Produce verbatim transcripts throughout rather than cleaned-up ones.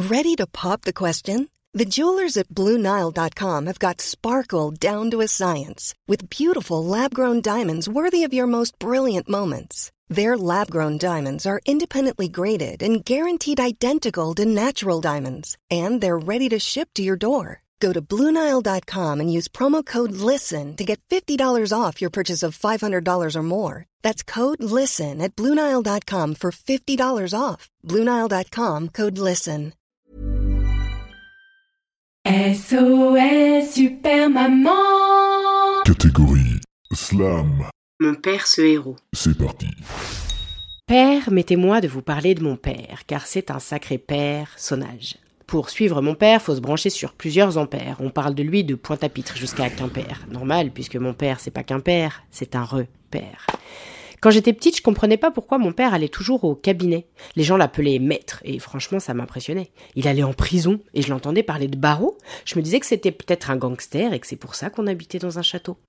Ready to pop the question? The jewelers at Blue Nile dot com have got sparkle down to a science with beautiful lab-grown diamonds worthy of your most brilliant moments. Their lab-grown diamonds are independently graded and guaranteed identical to natural diamonds, and they're ready to ship to your door. Go to Blue Nile dot com and use promo code LISTEN to get fifty dollars off your purchase of five hundred dollars or more. That's code LISTEN at Blue Nile dot com for fifty dollars off. Blue Nile dot com, code LISTEN. S O S Super Maman. Catégorie Slam. Mon père, ce héros. C'est parti. Permettez-moi de vous parler de mon père, car c'est un sacré personnage. Pour suivre mon père, faut se brancher sur plusieurs ampères. On parle de lui de Pointe-à-Pitre jusqu'à Quimper. Normal, puisque mon père, c'est pas Quimper, c'est un repère. Quand j'étais petite, je comprenais pas pourquoi mon père allait toujours au cabinet. Les gens l'appelaient maître, et franchement, ça m'impressionnait. Il allait en prison, et je l'entendais parler de barreau. Je me disais que c'était peut-être un gangster, et que c'est pour ça qu'on habitait dans un château.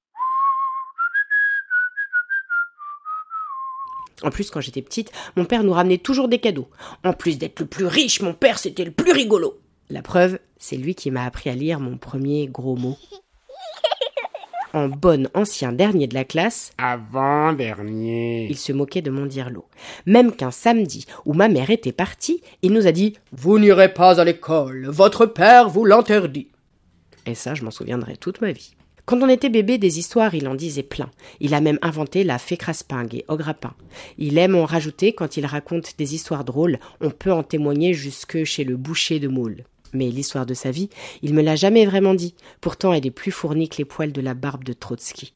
En plus, quand j'étais petite, mon père nous ramenait toujours des cadeaux. En plus d'être le plus riche, mon père, c'était le plus rigolo. La preuve, c'est lui qui m'a appris à lire mon premier gros mot. En bon ancien dernier de la classe, avant-dernier, il se moquait de mon dirlo. Même qu'un samedi où ma mère était partie, il nous a dit « Vous n'irez pas à l'école, votre père vous l'interdit ». Et ça, je m'en souviendrai toute ma vie. Quand on était bébé, des histoires, il en disait plein. Il a même inventé la fée Craspingue et Ograpin. Il aime en rajouter quand il raconte des histoires drôles. On peut en témoigner jusque chez le boucher de Maule. Mais l'histoire de sa vie, il me l'a jamais vraiment dit. Pourtant, elle est plus fournie que les poils de la barbe de Trotsky.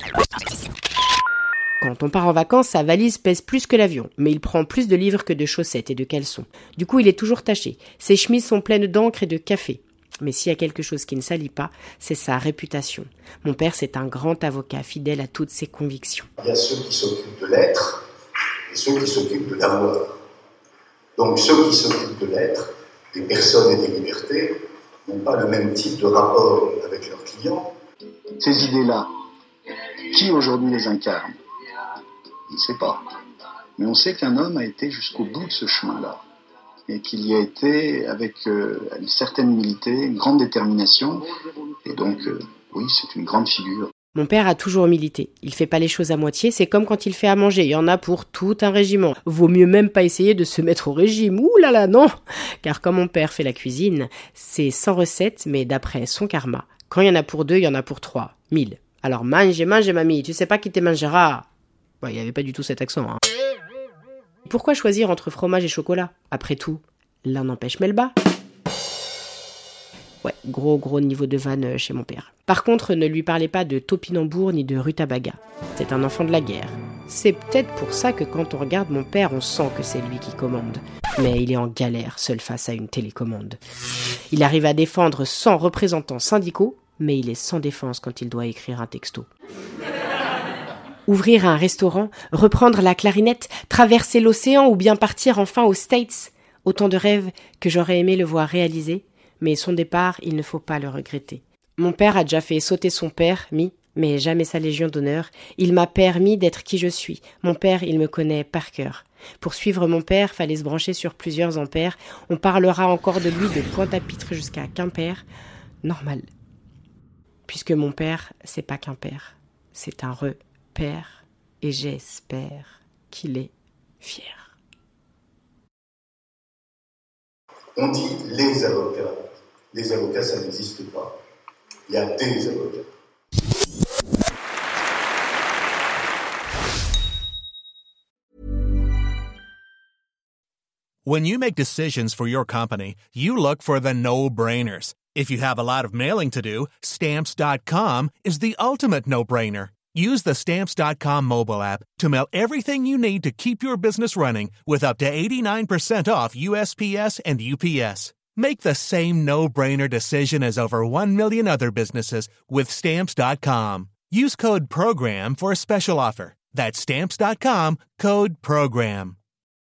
Quand on part en vacances, sa valise pèse plus que l'avion, mais il prend plus de livres que de chaussettes et de caleçons. Du coup, il est toujours taché. Ses chemises sont pleines d'encre et de café. Mais s'il y a quelque chose qui ne salit pas, c'est sa réputation. Mon père, c'est un grand avocat, fidèle à toutes ses convictions. Il y a ceux qui s'occupent de l'être et ceux qui s'occupent de l'avoir. Donc ceux qui s'occupent de l'être, des personnes et des libertés, n'ont pas le même type de rapport avec leurs clients. Ces idées-là, qui aujourd'hui les incarne ? On ne sait pas. Mais on sait qu'un homme a été jusqu'au bout de ce chemin-là. Et qu'il y a été avec euh, une certaine humilité, une grande détermination. Et donc, euh, oui, c'est une grande figure. Mon père a toujours milité. Il fait pas les choses à moitié, c'est comme quand il fait à manger. Il y en a pour tout un régiment. Vaut mieux même pas essayer de se mettre au régime. Ouh là là, non! Car quand mon père fait la cuisine, c'est sans recette, mais d'après son karma. Quand il y en a pour deux, il y en a pour trois. Mille. Alors mange, mange, mamie. Tu sais pas qui te mangera. Bon, il y avait pas du tout cet accent, hein. Pourquoi choisir entre fromage et chocolat ? Après tout, l'un n'empêche mais le bas. Ouais, gros gros niveau de vanne chez mon père. Par contre, ne lui parlez pas de topinambour ni de rutabaga. C'est un enfant de la guerre. C'est peut-être pour ça que quand on regarde mon père, on sent que c'est lui qui commande. Mais il est en galère, seul face à une télécommande. Il arrive à défendre cent représentants syndicaux, mais il est sans défense quand il doit écrire un texto. Ouvrir un restaurant, reprendre la clarinette, traverser l'océan ou bien partir enfin aux States. Autant de rêves que j'aurais aimé le voir réaliser, mais son départ, il ne faut pas le regretter. Mon père a déjà fait sauter son père, mi, mais jamais sa légion d'honneur. Il m'a permis d'être qui je suis. Mon père, il me connaît par cœur. Pour suivre mon père, fallait se brancher sur plusieurs ampères. On parlera encore de lui de Pointe-à-Pitre jusqu'à Quimper. Normal. Puisque mon père, c'est pas Quimper. C'est un re. Père, et j'espère qu'il est fier. On dit les avocats. Les avocats, ça n'existe pas. Il y a des avocats. When you make decisions for your company, you look for the no-brainers. If you have a lot of mailing to do, Stamps dot com is the ultimate no-brainer. Use the Stamps dot com mobile app to mail everything you need to keep your business running with up to eighty-nine percent off U S P S and U P S. Make the same no-brainer decision as over one million other businesses with Stamps dot com. Use code PROGRAM for a special offer. That's Stamps dot com, code PROGRAM.